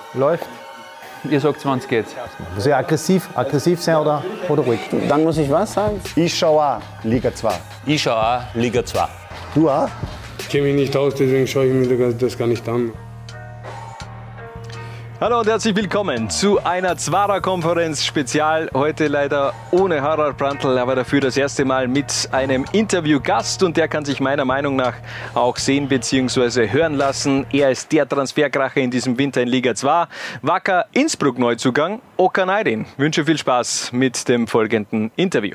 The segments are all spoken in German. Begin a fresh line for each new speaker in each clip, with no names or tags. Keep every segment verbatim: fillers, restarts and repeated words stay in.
Läuft. Ihr sagt, wann es geht.
Muss ich aggressiv, aggressiv sein oder, oder ruhig?
Dann muss ich was sagen?
Ich schaue auch Liga zwei.
Ich schaue auch Liga zwei.
Du auch?
Ich kenne mich nicht aus, deswegen schaue ich mir das gar nicht an.
Hallo und herzlich willkommen zu einer Zwarer-Konferenz Spezial. Heute leider ohne Harald Brandl, aber dafür das erste Mal mit einem Interviewgast. Und der kann sich meiner Meinung nach auch sehen bzw. hören lassen. Er ist der Transferkracher in diesem Winter in Liga zwei. Wacker Innsbruck Neuzugang, Okan Aydin. Ich wünsche viel Spaß mit dem folgenden Interview.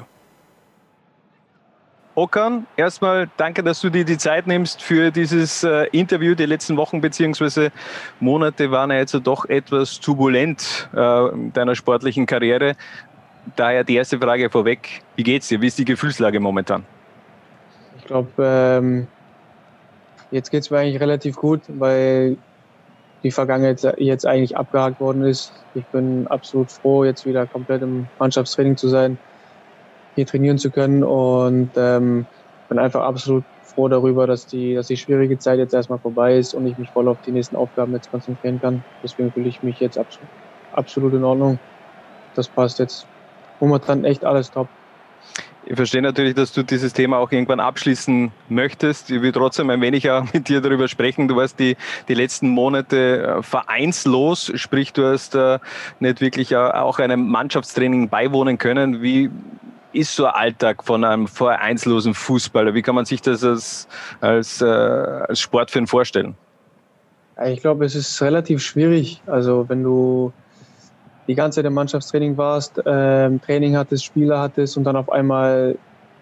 Okan, erstmal danke, dass du dir die Zeit nimmst für dieses äh, Interview. Die letzten Wochen bzw. Monate waren ja jetzt doch etwas turbulent äh, in deiner sportlichen Karriere. Daher die erste Frage vorweg. Wie geht's dir? Wie ist die Gefühlslage momentan?
Ich glaube, ähm, jetzt geht's mir eigentlich relativ gut, weil die Vergangenheit jetzt eigentlich abgehakt worden ist. Ich bin absolut froh, jetzt wieder komplett im Mannschaftstraining zu sein, hier trainieren zu können und ähm, bin einfach absolut froh darüber, dass die, dass die schwierige Zeit jetzt erstmal vorbei ist und ich mich voll auf die nächsten Aufgaben jetzt konzentrieren kann. Deswegen fühle ich mich jetzt absolut, absolut in Ordnung. Das passt jetzt momentan echt alles top.
Ich verstehe natürlich, dass du dieses Thema auch irgendwann abschließen möchtest. Ich will trotzdem ein wenig auch mit dir darüber sprechen. Du warst die, die letzten Monate vereinslos, sprich du hast äh, nicht wirklich auch einem Mannschaftstraining beiwohnen können. Wie ist so ein Alltag von einem vereinslosen Fußballer? Wie kann man sich das als, als, äh, als Sportfan vorstellen?
Ich glaube, es ist relativ schwierig. Also wenn du die ganze Zeit im Mannschaftstraining warst, ähm, Training hattest, Spieler hattest und dann auf einmal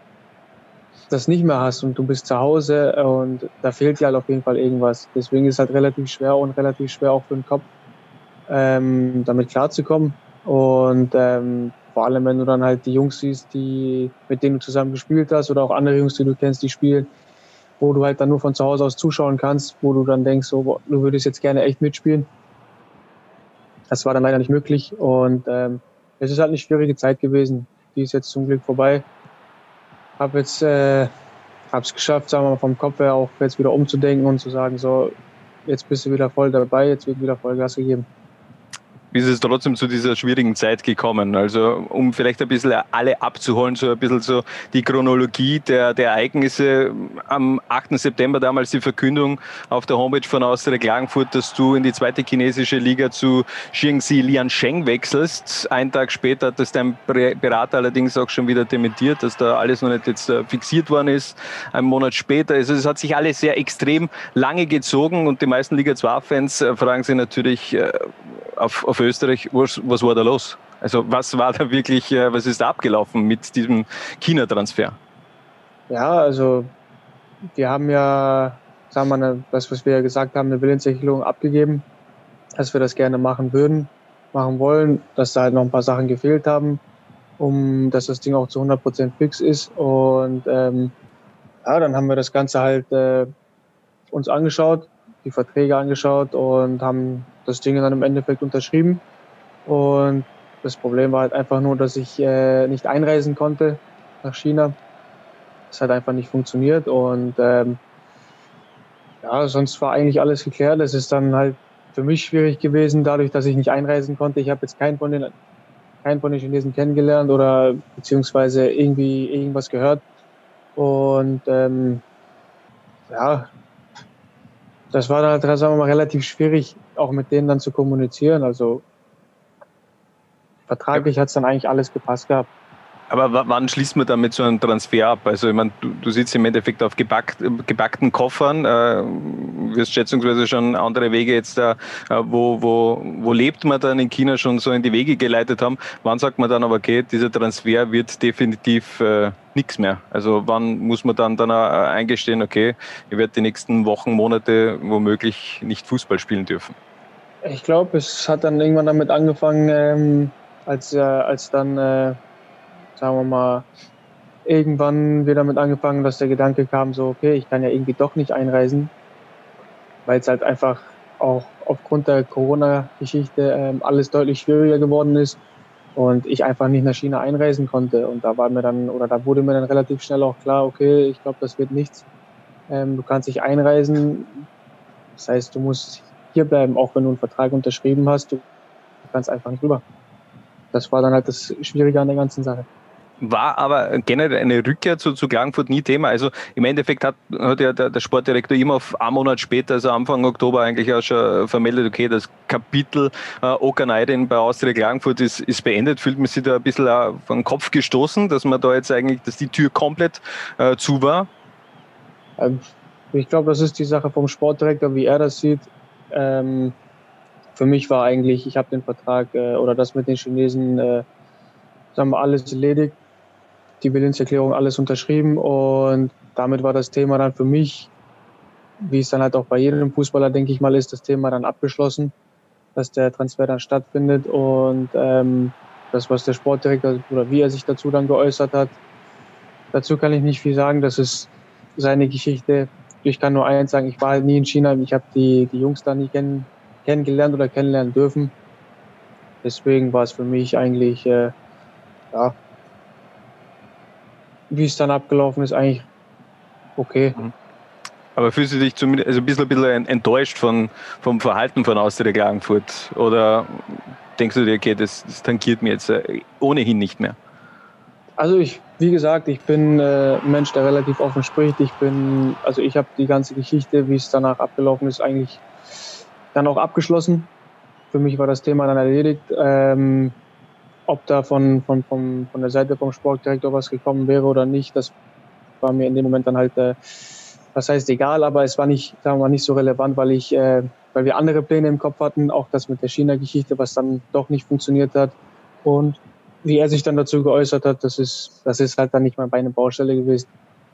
das nicht mehr hast und du bist zu Hause und da fehlt dir halt auf jeden Fall irgendwas. Deswegen ist es halt relativ schwer und relativ schwer auch für den Kopf, ähm, damit klarzukommen. Und ähm, vor allem, wenn du dann halt die Jungs siehst, die, mit denen du zusammen gespielt hast oder auch andere Jungs, die du kennst, die spielen, wo du halt dann nur von zu Hause aus zuschauen kannst, wo du dann denkst, so, du würdest jetzt gerne echt mitspielen. Das war dann leider nicht möglich und ähm, es ist halt eine schwierige Zeit gewesen. Die ist jetzt zum Glück vorbei. Hab jetzt, äh, hab's geschafft, sagen wir mal, vom Kopf her auch jetzt wieder umzudenken und zu sagen, so, jetzt bist du wieder voll dabei, jetzt wird wieder Vollgas gegeben.
Wie ist es trotzdem zu dieser schwierigen Zeit gekommen? Also um vielleicht ein bisschen alle abzuholen, so ein bisschen so die Chronologie der, der Ereignisse. Am achten September damals die Verkündung auf der Homepage von Austria Klagenfurt, dass du in die zweite chinesische Liga zu Jiangxi Liansheng wechselst. Einen Tag später hat das dein Berater allerdings auch schon wieder dementiert, dass da alles noch nicht jetzt fixiert worden ist. Einen Monat später, also es hat sich alles sehr extrem lange gezogen und die meisten Liga zwei Fans fragen sich natürlich auf, auf Österreich, was, was war da los? Also was war da wirklich, was ist da abgelaufen mit diesem China-Transfer?
Ja, also wir haben ja, sagen wir mal, das, was wir ja gesagt haben, eine Willenserklärung abgegeben, dass wir das gerne machen würden, machen wollen, dass da halt noch ein paar Sachen gefehlt haben, um dass das Ding auch zu hundert Prozent fix ist. Und ähm, ja, dann haben wir das Ganze halt äh, uns angeschaut, die Verträge angeschaut und haben das Ding dann im Endeffekt unterschrieben. Und das Problem war halt einfach nur, dass ich äh, nicht einreisen konnte nach China. Das hat einfach nicht funktioniert. Und ähm, ja, sonst war eigentlich alles geklärt. Es ist dann halt für mich schwierig gewesen, dadurch, dass ich nicht einreisen konnte. Ich habe jetzt keinen von den, keinen von den Chinesen kennengelernt oder beziehungsweise irgendwie irgendwas gehört. Und ähm, ja, das war dann halt, sagen wir mal, relativ schwierig, auch mit denen dann zu kommunizieren. Also vertraglich hat es dann eigentlich alles gepasst gehabt.
Aber w- wann schließt man damit so einen Transfer ab? Also ich meine, du, du sitzt im Endeffekt auf gebackt, gebackten Koffern, äh, wirst schätzungsweise schon andere Wege jetzt da, äh, wo, wo, wo lebt man dann in China schon so in die Wege geleitet haben. Wann sagt man dann aber, okay, dieser Transfer wird definitiv äh, nichts mehr? Also wann muss man dann, dann auch eingestehen, okay, ich werde die nächsten Wochen, Monate womöglich nicht Fußball spielen dürfen?
Ich glaube, es hat dann irgendwann damit angefangen, ähm, als, äh, als dann, äh, sagen wir mal, irgendwann wir damit angefangen, dass der Gedanke kam, so, okay, ich kann ja irgendwie doch nicht einreisen, weil es halt einfach auch aufgrund der Corona-Geschichte ähm, alles deutlich schwieriger geworden ist und ich einfach nicht nach China einreisen konnte. Und da war mir dann, oder da wurde mir dann relativ schnell auch klar, okay, ich glaube, das wird nichts. Ähm, du kannst nicht einreisen, das heißt, du musst hier bleiben, auch wenn du einen Vertrag unterschrieben hast. Du kannst einfach nicht rüber. Das war dann halt das Schwierige an der ganzen Sache.
War aber generell eine Rückkehr zu, zu Klagenfurt nie Thema. Also im Endeffekt hat, hat ja der, der Sportdirektor immer auf einen Monat später, also Anfang Oktober eigentlich auch schon vermeldet, okay, das Kapitel äh, Okan Aydin bei Austria Klagenfurt ist, ist beendet. Fühlt man sich da ein bisschen auf den Kopf gestoßen, dass man da jetzt eigentlich, dass die Tür komplett äh, zu war?
Ähm, ich glaube, das ist die Sache vom Sportdirektor, wie er das sieht. Ähm, für mich war eigentlich, ich habe den Vertrag äh, oder das mit den Chinesen, äh, sagen wir, alles erledigt. Die Willenserklärung, alles unterschrieben und damit war das Thema dann für mich, wie es dann halt auch bei jedem Fußballer, denke ich mal, ist, das Thema dann abgeschlossen, dass der Transfer dann stattfindet und ähm, das, was der Sportdirektor oder wie er sich dazu dann geäußert hat, dazu kann ich nicht viel sagen, das ist seine Geschichte. Ich kann nur eins sagen, ich war halt nie in China, ich habe die, die Jungs da nie kenn, kennengelernt oder kennenlernen dürfen. Deswegen war es für mich eigentlich, äh, ja, wie es dann abgelaufen ist, eigentlich okay.
Aber fühlst du dich zumindest also ein bisschen, ein bisschen enttäuscht von, vom Verhalten von Austria Klagenfurt? Oder denkst du dir, okay, das, das tangiert mir jetzt ohnehin nicht mehr?
Also ich, wie gesagt, ich bin äh, ein Mensch, der relativ offen spricht. Ich bin, also ich habe die ganze Geschichte, wie es danach abgelaufen ist, eigentlich dann auch abgeschlossen. Für mich war das Thema dann erledigt. Ähm, Ob da von, von, von, von der Seite vom Sportdirektor was gekommen wäre oder nicht, das war mir in dem Moment dann halt, äh, was heißt egal, aber es war nicht, sagen wir mal, nicht so relevant, weil ich, äh, weil wir andere Pläne im Kopf hatten, auch das mit der China-Geschichte, was dann doch nicht funktioniert hat. Und wie er sich dann dazu geäußert hat, das ist, das ist halt dann nicht mal bei einer Baustelle gewesen.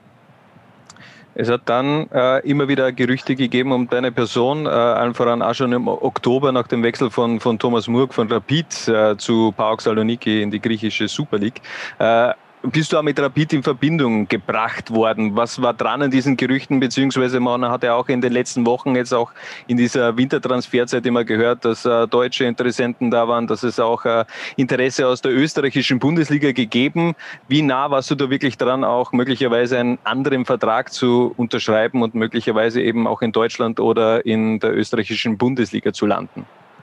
Es hat dann äh, immer wieder Gerüchte gegeben um deine Person, äh, allen voran auch schon im Oktober nach dem Wechsel von, von Thomas Murg von Rapid äh, zu PAOK Saloniki in die griechische Super League. Äh, bist du auch mit Rapid in Verbindung gebracht worden? Was war dran an diesen Gerüchten? Beziehungsweise man hat ja auch in den letzten Wochen jetzt auch in dieser Wintertransferzeit immer gehört, dass äh, deutsche Interessenten da waren, dass es auch äh, Interesse aus der österreichischen Bundesliga gegeben. Wie nah warst du da wirklich dran, auch möglicherweise einen anderen Vertrag zu unterschreiben und möglicherweise eben auch in Deutschland oder in der österreichischen Bundesliga zu landen?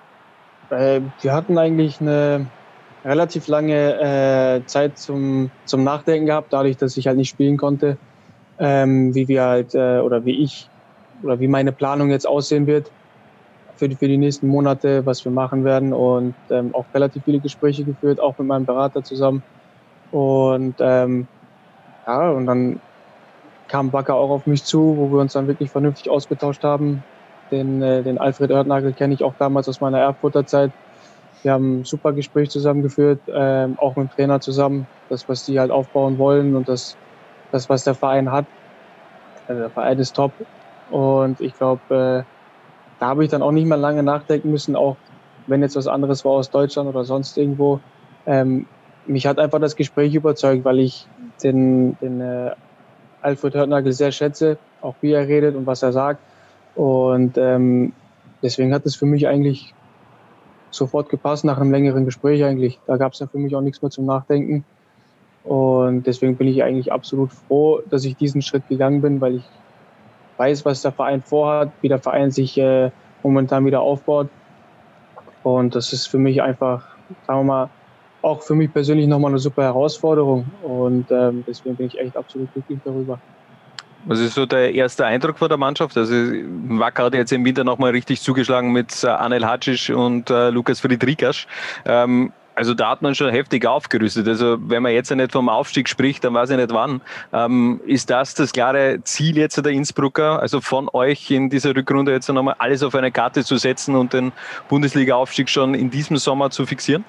Äh, wir hatten eigentlich eine relativ lange äh, Zeit zum, zum Nachdenken gehabt, dadurch, dass ich halt nicht spielen konnte, ähm, wie wir halt, äh, oder wie ich, oder wie meine Planung jetzt aussehen wird für die, für die nächsten Monate, was wir machen werden und ähm, auch relativ viele Gespräche geführt, auch mit meinem Berater zusammen und ähm, ja, und dann kam Bakker auch auf mich zu, wo wir uns dann wirklich vernünftig ausgetauscht haben. Den, äh, den Alfred Oertnagel kenne ich auch damals aus meiner Erfurter Zeit. Wir haben ein super Gespräch zusammengeführt, ähm, auch mit dem Trainer zusammen, das, was die halt aufbauen wollen und das, das was der Verein hat. Also der Verein ist top und ich glaube, äh, da habe ich dann auch nicht mehr lange nachdenken müssen, auch wenn jetzt was anderes war aus Deutschland oder sonst irgendwo. Ähm, mich hat einfach das Gespräch überzeugt, weil ich den, den äh, Alfred Oertnagel sehr schätze, auch wie er redet und was er sagt. Und ähm, deswegen hat es für mich eigentlich sofort gepasst, nach einem längeren Gespräch eigentlich. Da gab es ja für mich auch nichts mehr zum Nachdenken. Und deswegen bin ich eigentlich absolut froh, dass ich diesen Schritt gegangen bin, weil ich weiß, was der Verein vorhat, wie der Verein sich äh, momentan wieder aufbaut. Und das ist für mich einfach, sagen wir mal, auch für mich persönlich nochmal eine super Herausforderung. Und ähm, deswegen bin ich echt absolut glücklich darüber.
Was ist so der erste Eindruck von der Mannschaft? Also Wacker hat jetzt im Winter nochmal richtig zugeschlagen mit äh, Anel Hacic und äh, Lukas Friedrikas. Ähm, also da hat man schon heftig aufgerüstet. Also wenn man jetzt nicht vom Aufstieg spricht, dann weiß ich nicht wann. Ähm, ist das das klare Ziel jetzt der Innsbrucker? Also von euch in dieser Rückrunde jetzt nochmal alles auf eine Karte zu setzen und den Bundesliga-Aufstieg schon in diesem Sommer zu fixieren?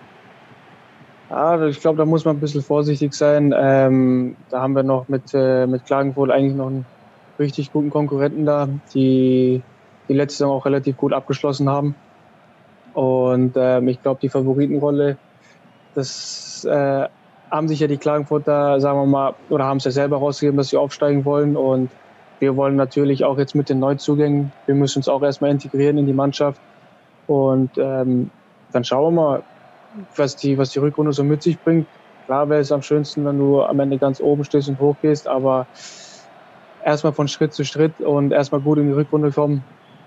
Ja, ich glaube, da muss man ein bisschen vorsichtig sein. Ähm, da haben wir noch mit, äh, mit Klagenfurt eigentlich noch einen richtig guten Konkurrenten da, die die letzte Saison auch relativ gut abgeschlossen haben. Und ähm, ich glaube, die Favoritenrolle, das äh, haben sich ja die Klagenfurter, sagen wir mal, oder haben es ja selber rausgegeben, dass sie aufsteigen wollen. Und wir wollen natürlich auch jetzt mit den Neuzugängen, wir müssen uns auch erstmal integrieren in die Mannschaft. Und ähm, dann schauen wir mal, was die, was die Rückrunde so mit sich bringt. Klar wäre es am schönsten, wenn du am Ende ganz oben stehst und hochgehst, aber erstmal von Schritt zu Schritt und erstmal gut in die Rückrunde kommen.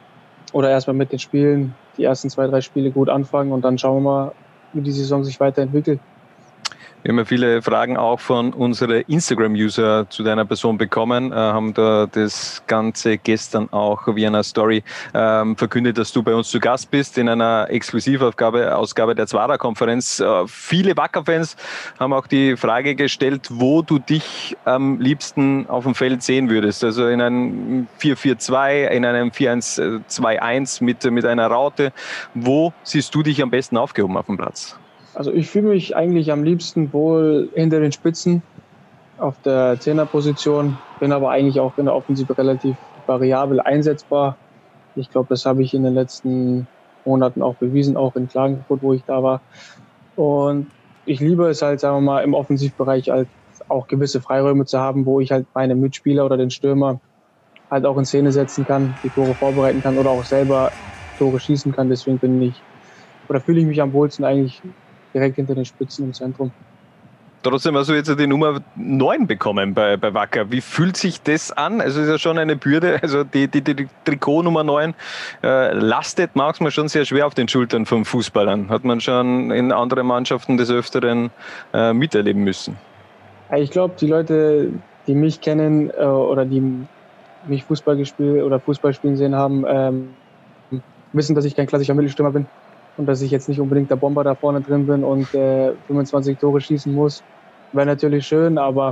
oder erstmal mit den Spielen, die ersten zwei, drei Spiele gut anfangen und dann schauen wir mal, wie die Saison sich weiterentwickelt.
Wir haben ja viele Fragen auch von unseren Instagram-User zu deiner Person bekommen, äh, haben da das Ganze gestern auch via einer Story ähm, verkündet, dass du bei uns zu Gast bist in einer Exklusivausgabe Ausgabe der Zwarer-Konferenz. Äh, viele Wacker-Fans haben auch die Frage gestellt, wo du dich am liebsten auf dem Feld sehen würdest. Also in einem vier vier zwei, in einem vier eins zwei eins mit, mit einer Raute. Wo siehst du dich am besten aufgehoben auf dem Platz?
Also ich fühle mich eigentlich am liebsten wohl hinter den Spitzen auf der Zehnerposition, bin aber eigentlich auch in der Offensive relativ variabel einsetzbar. Ich glaube, das habe ich in den letzten Monaten auch bewiesen, auch in Klagenfurt, wo ich da war. Und ich liebe es halt, sagen wir mal, im Offensivbereich halt auch gewisse Freiräume zu haben, wo ich halt meine Mitspieler oder den Stürmer halt auch in Szene setzen kann, die Tore vorbereiten kann oder auch selber Tore schießen kann. Deswegen bin ich, oder fühle ich mich am wohlsten eigentlich direkt hinter den Spitzen im Zentrum.
Trotzdem hast du jetzt die Nummer neun bekommen bei, bei Wacker. Wie fühlt sich das an? Also ist ja schon eine Bürde. Also die, die, die Trikot Nummer neun äh, lastet manchmal schon sehr schwer auf den Schultern von Fußballern. Hat man schon in anderen Mannschaften des Öfteren äh, miterleben müssen.
Ich glaube, die Leute, die mich kennen äh, oder die mich Fußball gespielt oder Fußball spielen sehen haben, ähm, wissen, dass ich kein klassischer Mittelstürmer bin. Und dass ich jetzt nicht unbedingt der Bomber da vorne drin bin und äh, fünfundzwanzig Tore schießen muss, wäre natürlich schön, aber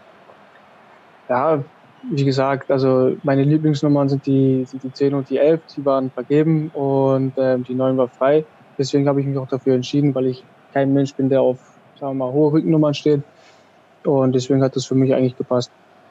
ja, wie gesagt, also meine Lieblingsnummern sind die, sind die zehn und die elf, die waren vergeben und äh, die neun war frei. Deswegen habe ich mich auch dafür entschieden, weil ich kein Mensch bin, der auf, sagen wir mal, hohe Rückennummern steht. Und deswegen hat das für mich eigentlich gepasst.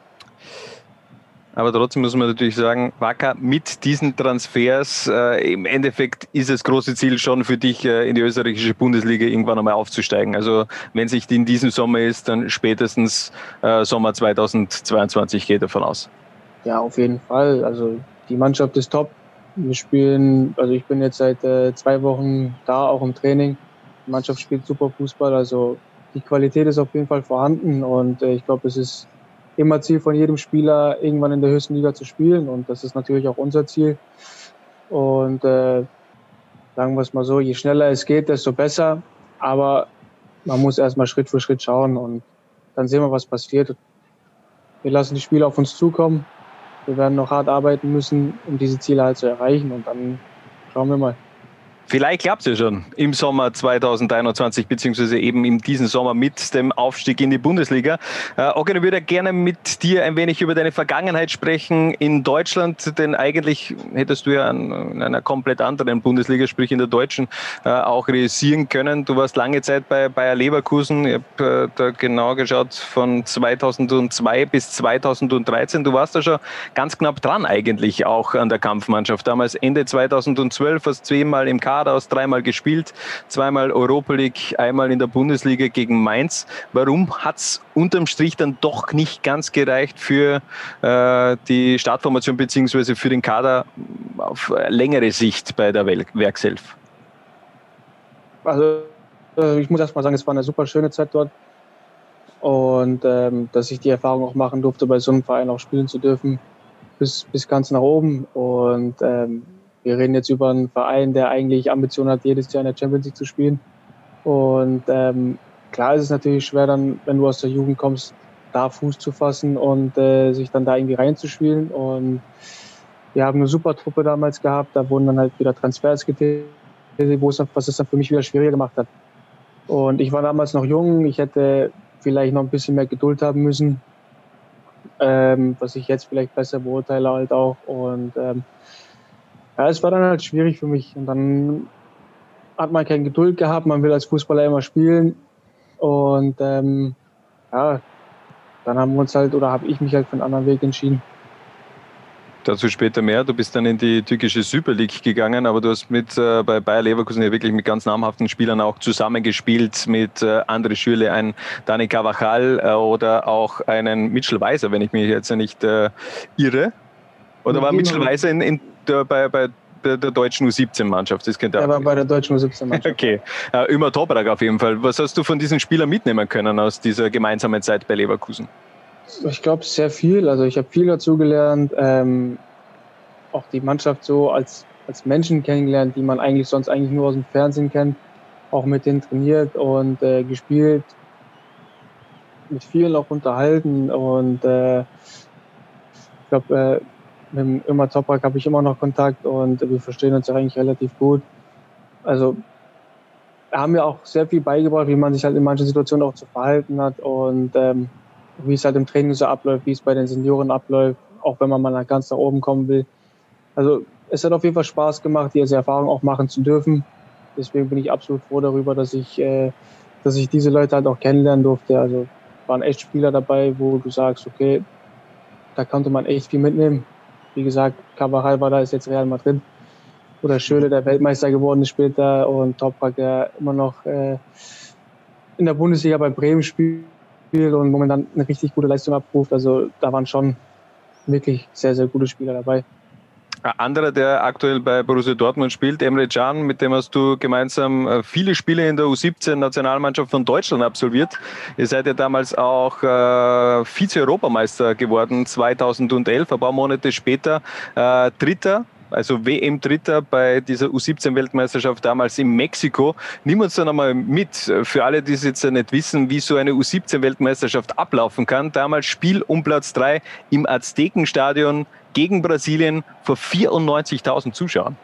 Aber trotzdem muss man natürlich sagen, Wacker mit diesen Transfers, äh, im Endeffekt ist das große Ziel schon für dich, äh, in die österreichische Bundesliga irgendwann einmal aufzusteigen. Also wenn es nicht in diesem Sommer ist, dann spätestens äh, Sommer zweitausendzweiundzwanzig geht davon aus.
Ja, auf jeden Fall. Also die Mannschaft ist top. Wir spielen, also ich bin jetzt seit äh, zwei Wochen da, auch im Training. Die Mannschaft spielt super Fußball, also die Qualität ist auf jeden Fall vorhanden und äh, ich glaube, es ist immer Ziel von jedem Spieler, irgendwann in der höchsten Liga zu spielen. Und das ist natürlich auch unser Ziel. Und äh, sagen wir es mal so, je schneller es geht, desto besser. Aber man muss erstmal Schritt für Schritt schauen und dann sehen wir, was passiert. Wir lassen die Spiele auf uns zukommen. Wir werden noch hart arbeiten müssen, um diese Ziele halt zu erreichen. Und dann schauen wir mal.
Vielleicht klappt es ja schon im Sommer zweitausendeinundzwanzig, beziehungsweise eben in diesem Sommer mit dem Aufstieg in die Bundesliga. Äh, okay, ich würde gerne mit dir ein wenig über deine Vergangenheit sprechen in Deutschland, denn eigentlich hättest du ja in einer komplett anderen Bundesliga, sprich in der deutschen, äh, auch realisieren können. Du warst lange Zeit bei Bayer Leverkusen. Ich habe äh, da genau geschaut, von zweitausendzwei bis zweitausenddreizehn. Du warst da schon ganz knapp dran eigentlich auch an der Kampfmannschaft. Damals Ende zweitausendzwölf, hast zweimal im Kader aus, dreimal gespielt, zweimal Europa League, einmal in der Bundesliga gegen Mainz. Warum hat es unterm Strich dann doch nicht ganz gereicht für äh, die Startformation bzw. für den Kader auf längere Sicht bei der Werkself?
Also ich muss erst mal sagen, es war eine super schöne Zeit dort und ähm, dass ich die Erfahrung auch machen durfte, bei so einem Verein auch spielen zu dürfen, bis, bis ganz nach oben. Und ähm, wir reden jetzt über einen Verein, der eigentlich Ambitionen hat, jedes Jahr in der Champions League zu spielen. Und ähm, klar ist es natürlich schwer, dann, wenn du aus der Jugend kommst, da Fuß zu fassen und äh, sich dann da irgendwie reinzuspielen. Und wir haben eine super Truppe damals gehabt. Da wurden dann halt wieder Transfers getätigt, wo es dann, was es dann für mich wieder schwieriger gemacht hat. Und ich war damals noch jung. Ich hätte vielleicht noch ein bisschen mehr Geduld haben müssen, ähm, was ich jetzt vielleicht besser beurteile halt auch. Und ähm, ja, es war dann halt schwierig für mich. Und dann hat man keine Geduld gehabt. Man will als Fußballer immer spielen. Und ähm, ja, dann haben wir uns halt, oder habe ich mich halt für einen anderen Weg entschieden.
Dazu später mehr. Du bist dann in die türkische Super League gegangen, aber du hast mit äh, bei Bayer Leverkusen ja wirklich mit ganz namhaften Spielern auch zusammengespielt, mit äh, André Schürrle, ein Dani Carvajal äh, oder auch einen Mitchell Weiser, wenn ich mich jetzt nicht äh, irre. Oder war Mitchell Weiser in, in der, bei, bei der deutschen U siebzehn-Mannschaft? Das könnte
er war bei der deutschen U siebzehn-Mannschaft.
Okay. Uh, Ömer Toprak auf jeden Fall. Was hast du von diesen Spielern mitnehmen können aus dieser gemeinsamen Zeit bei Leverkusen?
Ich glaube, sehr viel. Also ich habe viel dazu gelernt. Ähm, auch die Mannschaft so als als Menschen kennengelernt, die man eigentlich sonst eigentlich nur aus dem Fernsehen kennt, auch mit denen trainiert und äh, gespielt, mit vielen auch unterhalten und äh, ich glaube, äh, mit dem Ömer Toprak habe ich immer noch Kontakt und wir verstehen uns ja eigentlich relativ gut. Also haben mir auch sehr viel beigebracht, wie man sich halt in manchen Situationen auch zu verhalten hat und ähm, wie es halt im Training so abläuft, wie es bei den Senioren abläuft, auch wenn man mal ganz nach oben kommen will. Also es hat auf jeden Fall Spaß gemacht, diese Erfahrung auch machen zu dürfen. Deswegen bin ich absolut froh darüber, dass ich, äh, dass ich diese Leute halt auch kennenlernen durfte. Also waren echt Spieler dabei, wo du sagst, okay, da konnte man echt viel mitnehmen. Wie gesagt, Carvajal war da, ist jetzt Real Madrid. Oder Schöle, der Weltmeister geworden ist später. Und Toprak, der immer noch äh, in der Bundesliga bei Bremen spielt und momentan eine richtig gute Leistung abruft. Also da waren schon wirklich sehr, sehr gute Spieler dabei.
Ein anderer, der aktuell bei Borussia Dortmund spielt, Emre Can, mit dem hast du gemeinsam viele Spiele in der U siebzehn Nationalmannschaft von Deutschland absolviert. Ihr seid ja damals auch äh, Vize-Europameister geworden, zweitausendelf, ein paar Monate später äh, Dritter. Also W M-Dritter bei dieser U siebzehn Weltmeisterschaft damals in Mexiko. Nimm uns da nochmal mit, für alle, die es jetzt nicht wissen, wie so eine U siebzehn Weltmeisterschaft ablaufen kann. Damals Spiel um Platz drei im Aztekenstadion gegen Brasilien vor vierundneunzigtausend Zuschauern.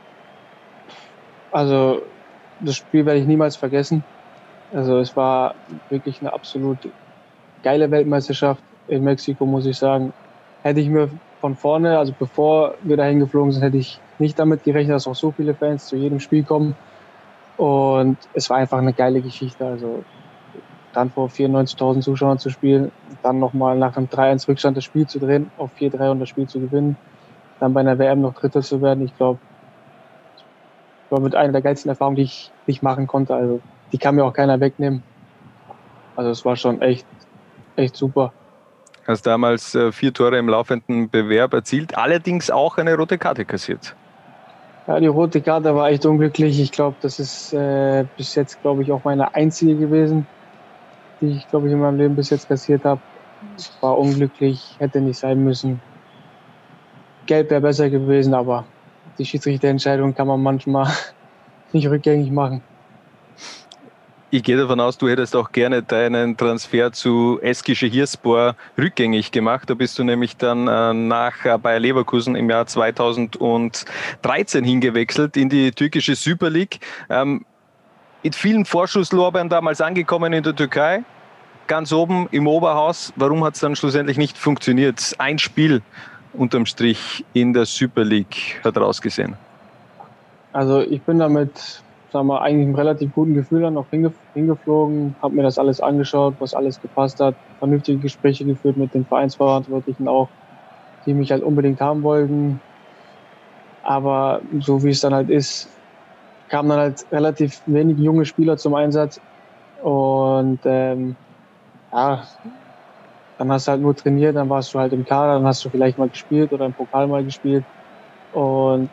Also das Spiel werde ich niemals vergessen. Also es war wirklich eine absolut geile Weltmeisterschaft in Mexiko, muss ich sagen. Hätte ich mir von vorne, also bevor wir dahin geflogen sind, hätte ich nicht damit gerechnet, dass auch so viele Fans zu jedem Spiel kommen. Und es war einfach eine geile Geschichte. Also dann vor vierundneunzigtausend Zuschauern zu spielen, dann nochmal nach einem drei eins Rückstand das Spiel zu drehen, auf vier drei und das Spiel zu gewinnen, dann bei einer W M noch Dritter zu werden. Ich glaube, das war mit einer der geilsten Erfahrungen, die ich, die ich machen konnte. Also die kann mir auch keiner wegnehmen. Also es war schon echt, echt super.
Hast damals äh, vier Tore im laufenden Bewerb erzielt, allerdings auch eine rote Karte kassiert.
Ja, die rote Karte war echt unglücklich. Ich glaube, das ist äh, bis jetzt, glaube ich, auch meine einzige gewesen, die ich, glaube ich, in meinem Leben bis jetzt kassiert habe. War unglücklich, hätte nicht sein müssen. Gelb wäre besser gewesen, aber die Schiedsrichterentscheidung kann man manchmal nicht rückgängig machen.
Ich gehe davon aus, du hättest auch gerne deinen Transfer zu Eskişehirspor rückgängig gemacht. Da bist du nämlich dann äh, nach äh, Bayer Leverkusen im Jahr zweitausenddreizehn hingewechselt in die türkische Super League. Ähm, mit vielen Vorschusslorbeeren damals angekommen in der Türkei, ganz oben im Oberhaus. Warum hat es dann schlussendlich nicht funktioniert? Ein Spiel unterm Strich in der Super League hat rausgesehen.
Also ich bin damit, sagen wir, eigentlich mit relativ guten Gefühl dann auch hingeflogen, habe mir das alles angeschaut, was alles gepasst hat, vernünftige Gespräche geführt mit den Vereinsverantwortlichen auch, die mich halt unbedingt haben wollten. Aber so wie es dann halt ist, kamen dann halt relativ wenig junge Spieler zum Einsatz und ähm, ja, dann hast du halt nur trainiert, dann warst du halt im Kader, dann hast du vielleicht mal gespielt oder im Pokal mal gespielt und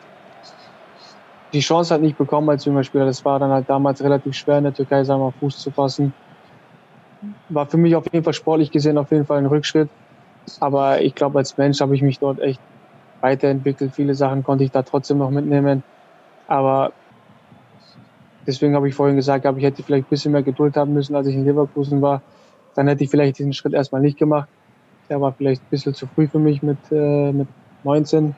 die Chance halt nicht bekommen als junger Spieler. Das war dann halt damals relativ schwer in der Türkei, sagen wir mal, Fuß zu fassen. War für mich auf jeden Fall sportlich gesehen auf jeden Fall ein Rückschritt. Aber ich glaube, als Mensch habe ich mich dort echt weiterentwickelt. Viele Sachen konnte ich da trotzdem noch mitnehmen. Aber deswegen habe ich vorhin gesagt, ich hätte vielleicht ein bisschen mehr Geduld haben müssen, als ich in Leverkusen war. Dann hätte ich vielleicht diesen Schritt erstmal nicht gemacht. Der war vielleicht ein bisschen zu früh für mich mit, äh, mit neunzehn.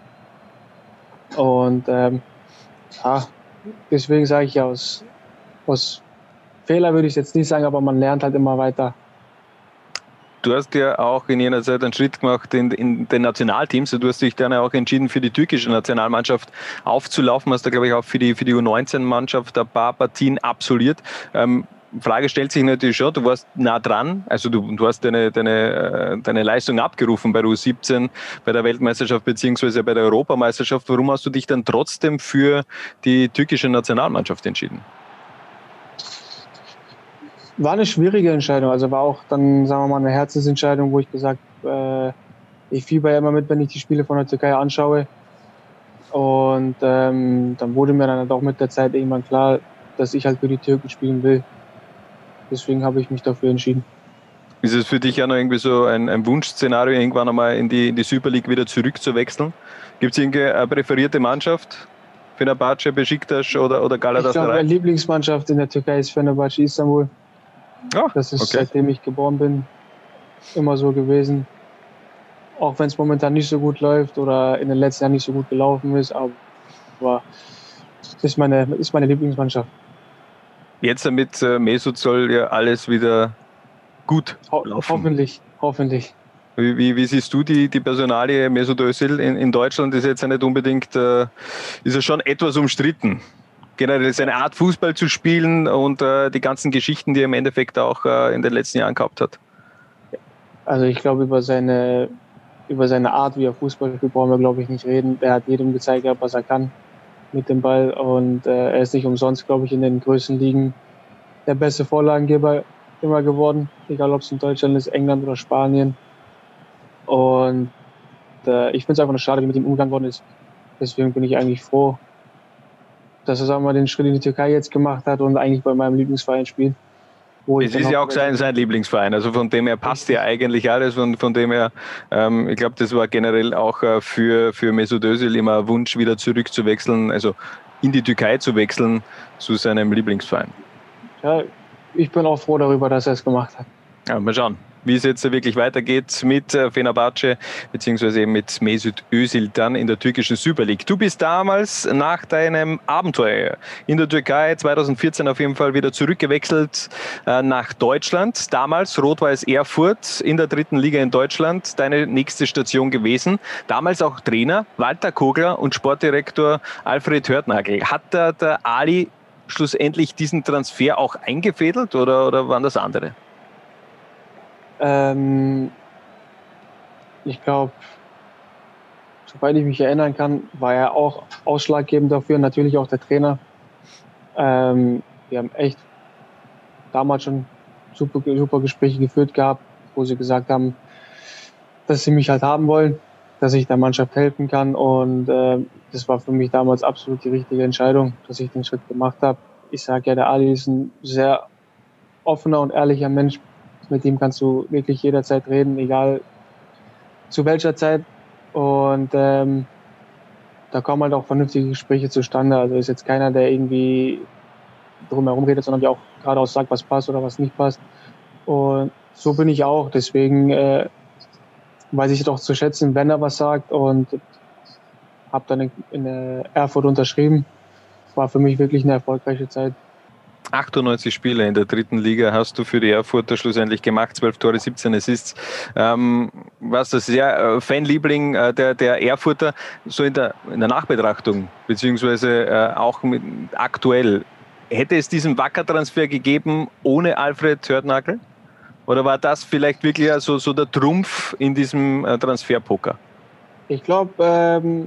Und ähm, ja, deswegen sage ich ja, aus, aus Fehler würde ich jetzt nicht sagen, aber man lernt halt immer weiter.
Du hast ja auch in jener Zeit einen Schritt gemacht in, in den Nationalteams. Du hast dich dann auch entschieden, für die türkische Nationalmannschaft aufzulaufen. Hast da, glaube ich, auch für die, für die U neunzehn-Mannschaft ein paar Partien absolviert. Ähm, Frage stellt sich natürlich schon, du warst nah dran, also du, du hast deine, deine, deine Leistung abgerufen bei der U siebzehn, bei der Weltmeisterschaft beziehungsweise bei der Europameisterschaft. Warum hast du dich dann trotzdem für die türkische Nationalmannschaft entschieden?
War eine schwierige Entscheidung, also war auch dann, sagen wir mal, eine Herzensentscheidung, wo ich gesagt äh, ich fieber ja immer mit, wenn ich die Spiele von der Türkei anschaue. Und ähm, dann wurde mir dann halt auch mit der Zeit irgendwann klar, dass ich halt für die Türken spielen will. Deswegen habe ich mich dafür entschieden.
Ist es für dich ja noch irgendwie so ein, ein Wunschszenario, irgendwann einmal in die, in die Super League wieder zurückzuwechseln? Gibt es irgendeine präferierte Mannschaft? Fenerbahce, Beşiktaş oder, oder
Ich glaube,
Galatasaray?
meine Lieblingsmannschaft in der Türkei ist Fenerbahce Istanbul.
Ah,
Das ist
okay.
seitdem ich geboren bin immer so gewesen. Auch wenn es momentan nicht so gut läuft oder in den letzten Jahren nicht so gut gelaufen ist, aber ist meine, ist meine Lieblingsmannschaft.
Jetzt mit äh, Mesut soll ja alles wieder gut
Ho
laufen.
hoffentlich, hoffentlich.
Wie, wie, wie siehst du die, die Personalie Mesut Özil in, in Deutschland? Ist jetzt ja nicht unbedingt, äh, ist ja schon etwas umstritten. Generell seine Art Fußball zu spielen und äh, die ganzen Geschichten, die er im Endeffekt auch äh, in den letzten Jahren gehabt hat.
Also ich glaube, über seine, über seine Art, wie er Fußball spielt, brauchen wir, glaube ich, nicht reden. Er hat jedem gezeigt, was er kann mit dem Ball und äh, er ist nicht umsonst, glaube ich, in den größten Ligen der beste Vorlagengeber immer geworden. Egal, ob es in Deutschland ist, England oder Spanien. Und äh, ich finde es einfach nur schade, wie mit ihm umgegangen worden ist. Deswegen bin ich eigentlich froh, dass er, sagen wir mal, den Schritt in die Türkei jetzt gemacht hat und eigentlich bei meinem Lieblingsverein spielt. Wo ich
Es
dann
ist ja auch
hoffe,
sein, sein Lieblingsverein, also von dem her passt ja eigentlich alles, von, von dem her, ähm, ich glaube, das war generell auch äh, für, für Mesut Özil immer ein Wunsch, wieder zurückzuwechseln, also in die Türkei zu wechseln zu seinem Lieblingsverein.
Ja, ich bin auch froh darüber, dass er es gemacht hat.
Ja, mal schauen, wie es jetzt wirklich weitergeht mit äh, Fenerbahce, beziehungsweise eben mit Mesut Özil dann in der türkischen Super League. Du bist damals nach deinem Abenteuer in der Türkei zweitausendvierzehn auf jeden Fall wieder zurückgewechselt äh, nach Deutschland. Damals Rot-Weiß Erfurt in der dritten Liga in Deutschland, deine nächste Station gewesen. Damals auch Trainer Walter Kogler und Sportdirektor Alfred Hörtnagl. Hat der, der Ali schlussendlich diesen Transfer auch eingefädelt oder, oder waren das andere?
Ähm, ich glaube, soweit ich mich erinnern kann, war er auch ausschlaggebend dafür, natürlich auch der Trainer. Ähm, wir haben echt damals schon super, super Gespräche geführt gehabt, wo sie gesagt haben, dass sie mich halt haben wollen, dass ich der Mannschaft helfen kann und äh, das war für mich damals absolut die richtige Entscheidung, dass ich den Schritt gemacht habe. Ich sage ja, der Ali ist ein sehr offener und ehrlicher Mensch. Mit dem kannst du wirklich jederzeit reden, egal zu welcher Zeit. Und ähm, da kommen halt auch vernünftige Gespräche zustande. Also ist jetzt keiner, der irgendwie drumherum redet, sondern der auch geradeaus sagt, was passt oder was nicht passt. Und so bin ich auch. Deswegen äh, weiß ich doch zu schätzen, wenn er was sagt. Und habe dann in, in Erfurt unterschrieben. War für mich wirklich eine erfolgreiche Zeit.
achtundneunzig Spiele in der dritten Liga hast du für die Erfurter schlussendlich gemacht, zwölf Tore, siebzehn Assists. Ähm, warst du sehr äh, Fanliebling äh, der, der Erfurter, so in der, in der Nachbetrachtung, beziehungsweise äh, auch mit, aktuell. Hätte es diesen Wacker-Transfer gegeben ohne Alfred Hörtnagl? Oder war das vielleicht wirklich so, so der Trumpf in diesem äh, Transferpoker?
Ich glaube, ähm,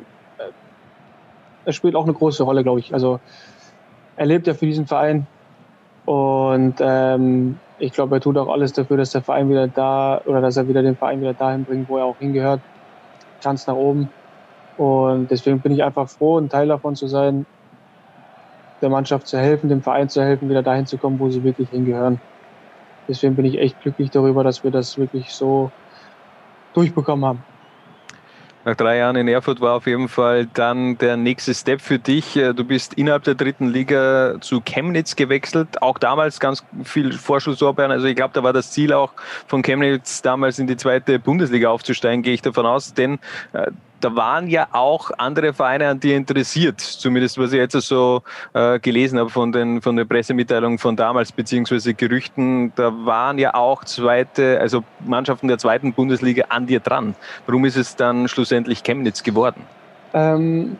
er spielt auch eine große Rolle, glaube ich. Also er lebt ja für diesen Verein. Und ähm, ich glaube, er tut auch alles dafür, dass der Verein wieder da oder dass er wieder den Verein wieder dahin bringt, wo er auch hingehört, ganz nach oben. Und deswegen bin ich einfach froh, ein Teil davon zu sein, der Mannschaft zu helfen, dem Verein zu helfen, wieder dahin zu kommen, wo sie wirklich hingehören. Deswegen bin ich echt glücklich darüber, dass wir das wirklich so durchbekommen haben.
Nach drei Jahren in Erfurt war auf jeden Fall dann der nächste Step für dich. Du bist innerhalb der dritten Liga zu Chemnitz gewechselt. Auch damals ganz viel Vorschusslorbeeren. Also ich glaube, da war das Ziel auch von Chemnitz damals in die zweite Bundesliga aufzusteigen, gehe ich davon aus. Denn äh, da waren ja auch andere Vereine an dir interessiert. Zumindest was ich jetzt so äh, gelesen habe von den, von den Pressemitteilungen von damals, beziehungsweise Gerüchten. Da waren ja auch zweite, also Mannschaften der zweiten Bundesliga an dir dran. Warum ist es dann schlussendlich Chemnitz geworden?
Ähm,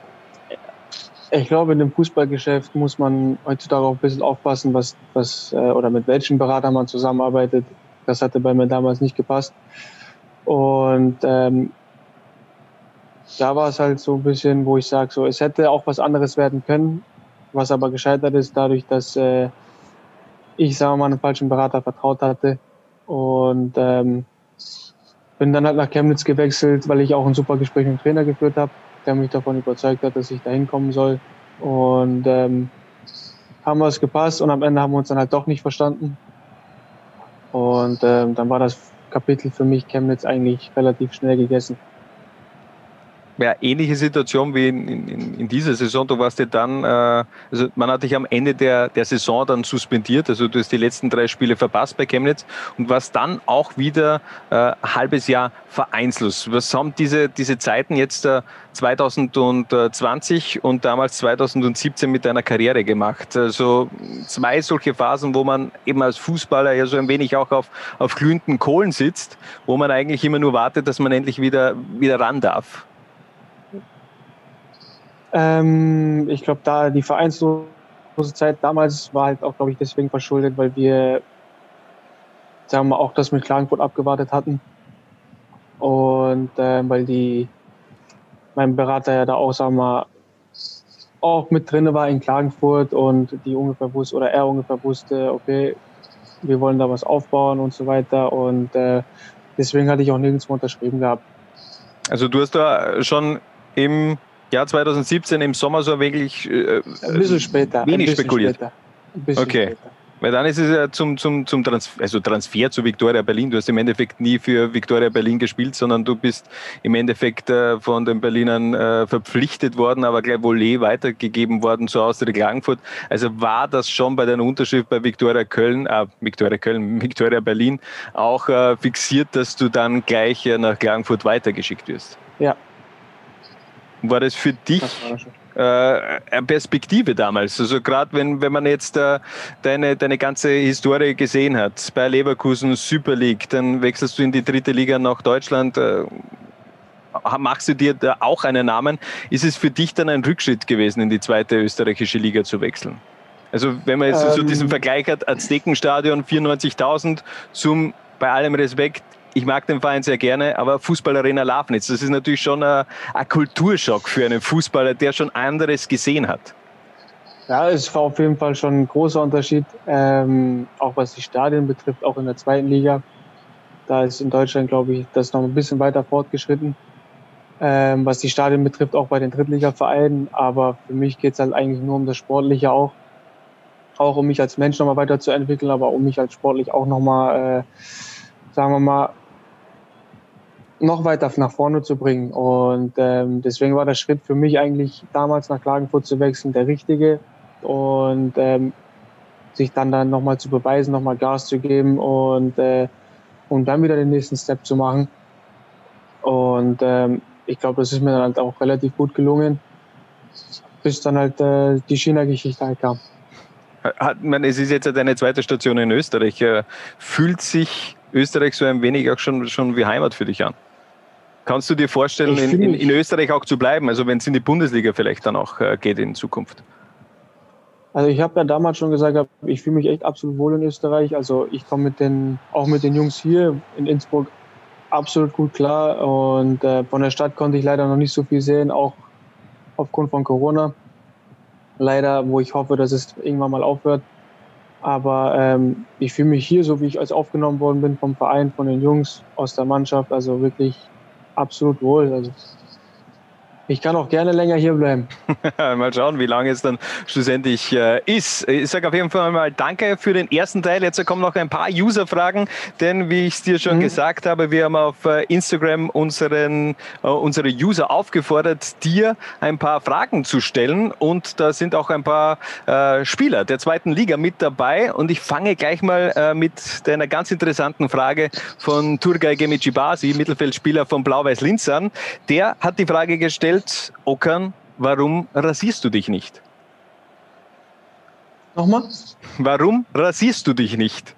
ich glaube, in dem Fußballgeschäft muss man heutzutage auch ein bisschen aufpassen, was, was äh, oder mit welchen Beratern man zusammenarbeitet. Das hatte bei mir damals nicht gepasst. Und ähm, da war es halt so ein bisschen, wo ich sage, so, es hätte auch was anderes werden können, was aber gescheitert ist dadurch, dass äh, ich, sagen wir mal, einen falschen Berater vertraut hatte. Und ähm, bin dann halt nach Chemnitz gewechselt, weil ich auch ein super Gespräch mit dem Trainer geführt habe, der mich davon überzeugt hat, dass ich da hinkommen soll. Und ähm, haben wir es gepasst und am Ende haben wir uns dann halt doch nicht verstanden. Und ähm, dann war das Kapitel für mich Chemnitz eigentlich relativ schnell gegessen.
ja, ähnliche Situation wie in, in, in dieser Saison. Du warst ja dann, äh, also man hat dich am Ende der, der Saison dann suspendiert, also du hast die letzten drei Spiele verpasst bei Chemnitz und warst dann auch wieder äh, ein halbes Jahr vereinslos. Was haben diese, diese Zeiten jetzt äh, zwanzig zwanzig und damals zwanzig siebzehn mit deiner Karriere gemacht? Also zwei solche Phasen, wo man eben als Fußballer ja so ein wenig auch auf, auf glühenden Kohlen sitzt, wo man eigentlich immer nur wartet, dass man endlich wieder, wieder ran darf.
Ähm, ich glaube, da die vereinslose Zeit damals war halt auch, glaube ich, deswegen verschuldet, weil wir, sagen wir mal, auch das mit Klagenfurt abgewartet hatten. Und äh, weil die, mein Berater ja da auch, sagen wir mal, auch mit drin war in Klagenfurt und die ungefähr wusste, oder er ungefähr wusste, okay, wir wollen da was aufbauen und so weiter. Und äh, deswegen hatte ich auch nirgendwo unterschrieben gehabt.
Also du hast da schon im Jahr zwanzig siebzehn im Sommer so wirklich äh,
ein bisschen später.
wenig
ein bisschen
spekuliert.
Später. Ein bisschen
okay.
Später.
Weil dann ist es ja zum, zum, zum Transfer, also Transfer zu Viktoria Berlin. Du hast im Endeffekt nie für Viktoria Berlin gespielt, sondern du bist im Endeffekt äh, von den Berlinern äh, verpflichtet worden, aber gleich Volley weitergegeben worden zu Austria Klagenfurt. Also war das schon bei deiner Unterschrift bei Viktoria Köln, äh, Viktoria Köln, Viktoria Berlin auch äh, fixiert, dass du dann gleich äh, nach Klagenfurt weitergeschickt wirst?
Ja.
War das für dich äh, eine Perspektive damals? Also gerade wenn, wenn man jetzt äh, deine, deine ganze Historie gesehen hat, bei Leverkusen Super League, dann wechselst du in die dritte Liga nach Deutschland, äh, machst du dir da auch einen Namen? Ist es für dich dann ein Rückschritt gewesen, in die zweite österreichische Liga zu wechseln? Also wenn man jetzt ähm, so diesen Vergleich hat, Aztekenstadion vierundneunzigtausend zum, bei allem Respekt, ich mag den Verein sehr gerne, aber Fußballarena Lafnitz, das ist natürlich schon ein, ein Kulturschock für einen Fußballer, der schon anderes gesehen hat.
Ja, es war auf jeden Fall schon ein großer Unterschied, ähm, auch was die Stadien betrifft, auch in der zweiten Liga. Da ist in Deutschland, glaube ich, das noch ein bisschen weiter fortgeschritten, ähm, was die Stadien betrifft, auch bei den Drittligavereinen. Aber für mich geht es halt eigentlich nur um das Sportliche auch, auch um mich als Mensch nochmal weiterzuentwickeln, aber um mich als sportlich auch nochmal, äh, sagen wir mal, noch weiter nach vorne zu bringen. Und ähm, deswegen war der Schritt für mich eigentlich damals nach Klagenfurt zu wechseln der richtige. Und ähm, sich dann dann nochmal zu beweisen, nochmal Gas zu geben und, äh, und dann wieder den nächsten Step zu machen. Und ähm, ich glaube, das ist mir dann halt auch relativ gut gelungen, bis dann halt äh, die China-Geschichte halt kam.
Hat man, es ist jetzt deine zweite Station in Österreich. Fühlt sich Österreich so ein wenig auch schon, schon wie Heimat für dich an? Kannst du dir vorstellen, in, in, in Österreich auch zu bleiben, also wenn es in die Bundesliga vielleicht dann auch äh, geht in Zukunft?
Also ich habe ja damals schon gesagt, ich fühle mich echt absolut wohl in Österreich. Also ich komme mit den, auch mit den Jungs hier in Innsbruck absolut gut klar. Und äh, von der Stadt konnte ich leider noch nicht so viel sehen, auch aufgrund von Corona. Leider, wo ich hoffe, dass es irgendwann mal aufhört. Aber ähm, ich fühle mich hier, so wie ich als aufgenommen worden bin vom Verein, von den Jungs aus der Mannschaft, also wirklich absolut wohl. Also ich kann auch gerne länger hier bleiben.
Mal schauen, wie lange es dann schlussendlich äh, ist. Ich sage auf jeden Fall mal danke für den ersten Teil. Jetzt kommen noch ein paar User-Fragen, denn wie ich es dir schon mhm. gesagt habe, wir haben auf äh, Instagram unseren, äh, unsere User aufgefordert, dir ein paar Fragen zu stellen. Und da sind auch ein paar äh, Spieler der zweiten Liga mit dabei. Und ich fange gleich mal äh, mit einer ganz interessanten Frage von Turgay Gemicibasi, Mittelfeldspieler von Blau-Weiß Linz an. Der hat die Frage gestellt, Okan, warum rasierst du dich nicht?
Nochmal?
Warum rasierst du dich nicht?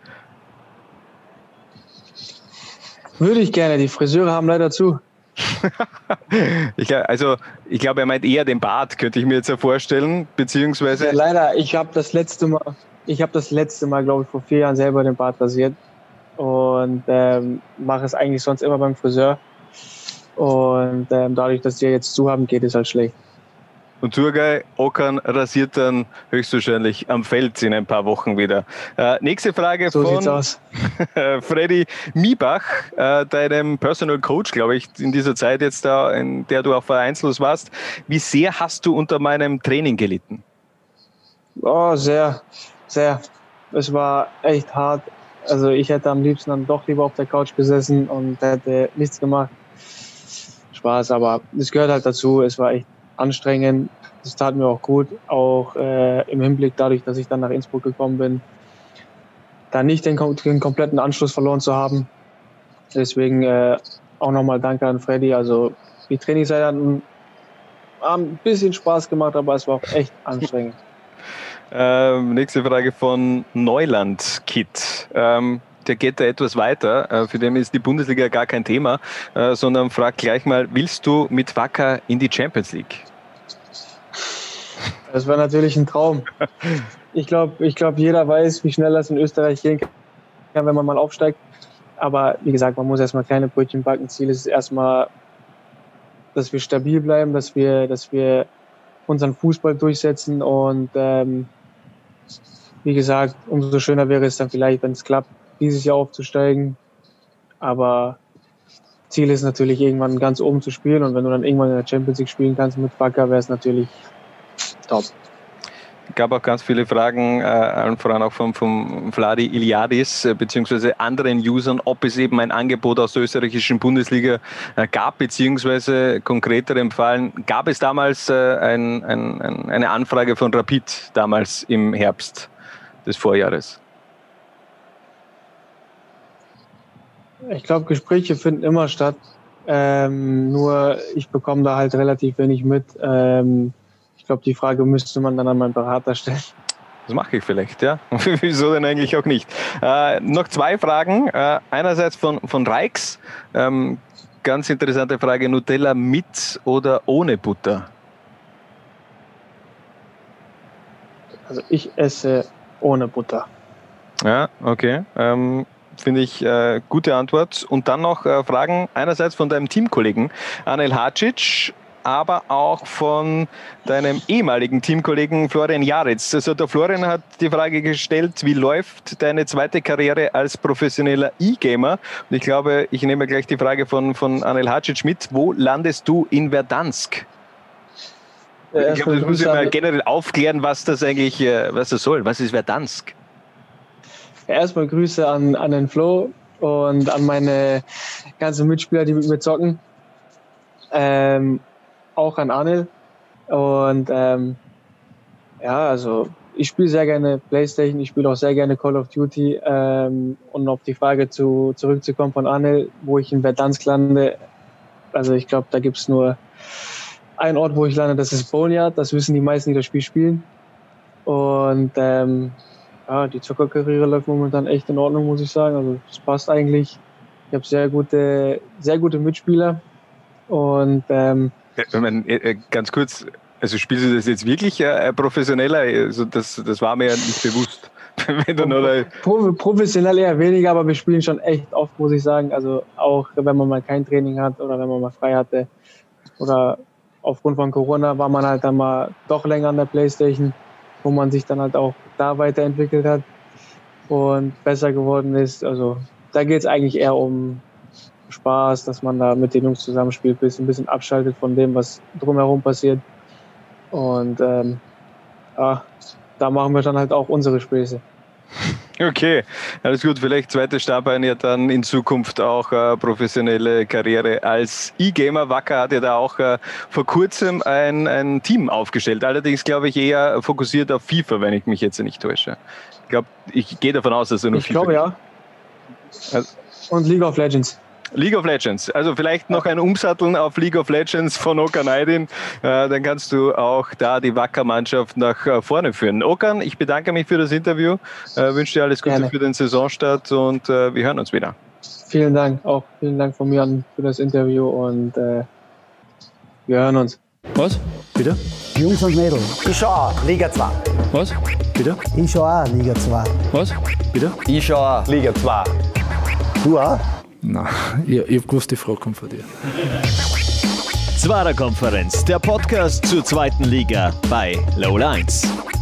Würde ich gerne, die Friseure haben leider zu.
ich, also, ich glaube, er meint eher den Bart, könnte ich mir jetzt ja vorstellen, beziehungsweise...
Ja, leider, ich habe das letzte Mal, ich habe das letzte Mal, glaube ich, vor vier Jahren selber den Bart rasiert und ähm, mache es eigentlich sonst immer beim Friseur. Und ähm, dadurch, dass die jetzt zu haben, geht es halt schlecht.
Und Turgay, Okan rasiert dann höchstwahrscheinlich am Feld in ein paar Wochen wieder. Äh, nächste Frage
so
von
sieht's aus.
Freddy Miebach, äh, deinem Personal Coach, glaube ich, in dieser Zeit jetzt da, in der du auch vereinslos warst. Wie sehr hast du unter meinem Training gelitten?
Oh, sehr, sehr. Es war echt hart. Also ich hätte am liebsten dann doch lieber auf der Couch gesessen und hätte nichts gemacht. Spaß, aber es gehört halt dazu. Es war echt anstrengend. Das tat mir auch gut, auch äh, im Hinblick dadurch, dass ich dann nach Innsbruck gekommen bin, da nicht den, den kompletten Anschluss verloren zu haben. Deswegen äh, auch nochmal Danke an Freddy. Also die Trainingszeit hat ein, ein bisschen Spaß gemacht, aber es war auch echt anstrengend.
Ähm, nächste Frage von Neuland Kit. Ähm, der geht da etwas weiter. Äh, für den ist die Bundesliga gar kein Thema, äh, sondern fragt gleich mal, willst du mit Wacker in die Champions League?
Das wäre natürlich ein Traum. Ich glaube, ich glaub, jeder weiß, wie schnell das in Österreich gehen kann, wenn man mal aufsteigt. Aber wie gesagt, man muss erstmal kleine Brötchen backen. Ziel ist erstmal, dass wir stabil bleiben, dass wir, dass wir unseren Fußball durchsetzen. Und ähm, wie gesagt, umso schöner wäre es dann vielleicht, wenn es klappt, dieses Jahr aufzusteigen. Aber Ziel ist natürlich, irgendwann ganz oben zu spielen. Und wenn du dann irgendwann in der Champions League spielen kannst mit Wacker, wäre es natürlich top.
Es gab auch ganz viele Fragen, äh, allen voran auch von, von Vladi Iliadis äh, beziehungsweise anderen Usern, ob es eben ein Angebot aus der österreichischen Bundesliga äh, gab, beziehungsweise konkreterem Fall, gab es damals äh, ein, ein, ein, eine Anfrage von Rapid, damals im Herbst des Vorjahres?
Ich glaube, Gespräche finden immer statt, ähm, nur ich bekomme da halt relativ wenig mit. Ähm, Ich glaube, die Frage müsste man dann an meinen Berater stellen.
Das mache ich vielleicht, ja. Wieso denn eigentlich auch nicht? Äh, noch zwei Fragen. Äh, einerseits von, von Reix. Ähm, ganz interessante Frage. Nutella mit oder ohne Butter?
Also ich esse ohne Butter.
Ja, okay. Ähm, Finde ich äh, gute Antwort. Und dann noch äh, Fragen einerseits von deinem Teamkollegen Anel Hacic, aber auch von deinem ehemaligen Teamkollegen Florian Jaritz. Also der Florian hat die Frage gestellt, wie läuft deine zweite Karriere als professioneller E-Gamer? Und ich glaube, ich nehme gleich die Frage von, von Anel Hacic mit. Wo landest du in Verdansk? Ja, ich glaube, das muss ich mal generell aufklären, was das eigentlich was das soll. Was ist Verdansk?
Ja, erstmal Grüße an, an den Flo und an meine ganzen Mitspieler, die mit mir zocken. Ähm, auch an Anil. Und ähm, ja, also ich spiele sehr gerne PlayStation, ich spiele auch sehr gerne Call of Duty. Ähm, und auf die Frage zu, zurückzukommen von Anil, wo ich in Verdansk lande, also ich glaube, da gibt es nur einen Ort, wo ich lande, das ist Boneyard, das wissen die meisten, die das Spiel spielen. Und ähm, ja, die Zockerkarriere läuft momentan echt in Ordnung, muss ich sagen. Also es passt eigentlich. Ich habe sehr gute, sehr gute Mitspieler. Und ähm,
Ich meine, ganz kurz, also spielst du das jetzt wirklich äh, professioneller? Also das, das war mir ja nicht bewusst. Wenn du noch
Pro, professionell eher weniger, aber wir spielen schon echt oft, muss ich sagen. Also auch wenn man mal kein Training hat oder wenn man mal frei hatte oder aufgrund von Corona war man halt dann mal doch länger an der PlayStation, wo man sich dann halt auch da weiterentwickelt hat und besser geworden ist. Also da geht es eigentlich eher um Spaß, dass man da mit den Jungs zusammenspielt, ein bisschen abschaltet von dem, was drumherum passiert. Und ähm, ja, da machen wir dann halt auch unsere Späße.
Okay, alles gut. Vielleicht zweites Standbein ja dann in Zukunft auch äh, professionelle Karriere als E-Gamer. Wacker hat ja da auch äh, vor kurzem ein, ein Team aufgestellt. Allerdings glaube ich eher fokussiert auf FIFA, wenn ich mich jetzt nicht täusche. Ich glaube, ich gehe davon aus, dass du nur
ich
FIFA
glaube, ja.
Also,
und League of Legends.
League of Legends. Also vielleicht noch ein Umsatteln auf League of Legends von Okan Aydin. Äh, dann kannst du auch da die Wacker-Mannschaft nach äh, vorne führen. Okan, ich bedanke mich für das Interview. Äh, wünsche dir alles Gute Gerne. Für den Saisonstart und äh, wir hören uns wieder.
Vielen Dank. Auch vielen Dank von mir an für das Interview und äh, wir hören uns.
Was? Bitte?
Jungs und Mädels.
Ich schau auch, Liga zwei.
Was? Bitte?
Ich schau auch Liga zwei.
Was? Bitte?
Ich schau auch Liga zwei.
Du auch?
Nein, ich, ich habe gewusst, die Frage kommt von dir.
Zwarer Konferenz, der Podcast zur zweiten Liga bei Low Lines.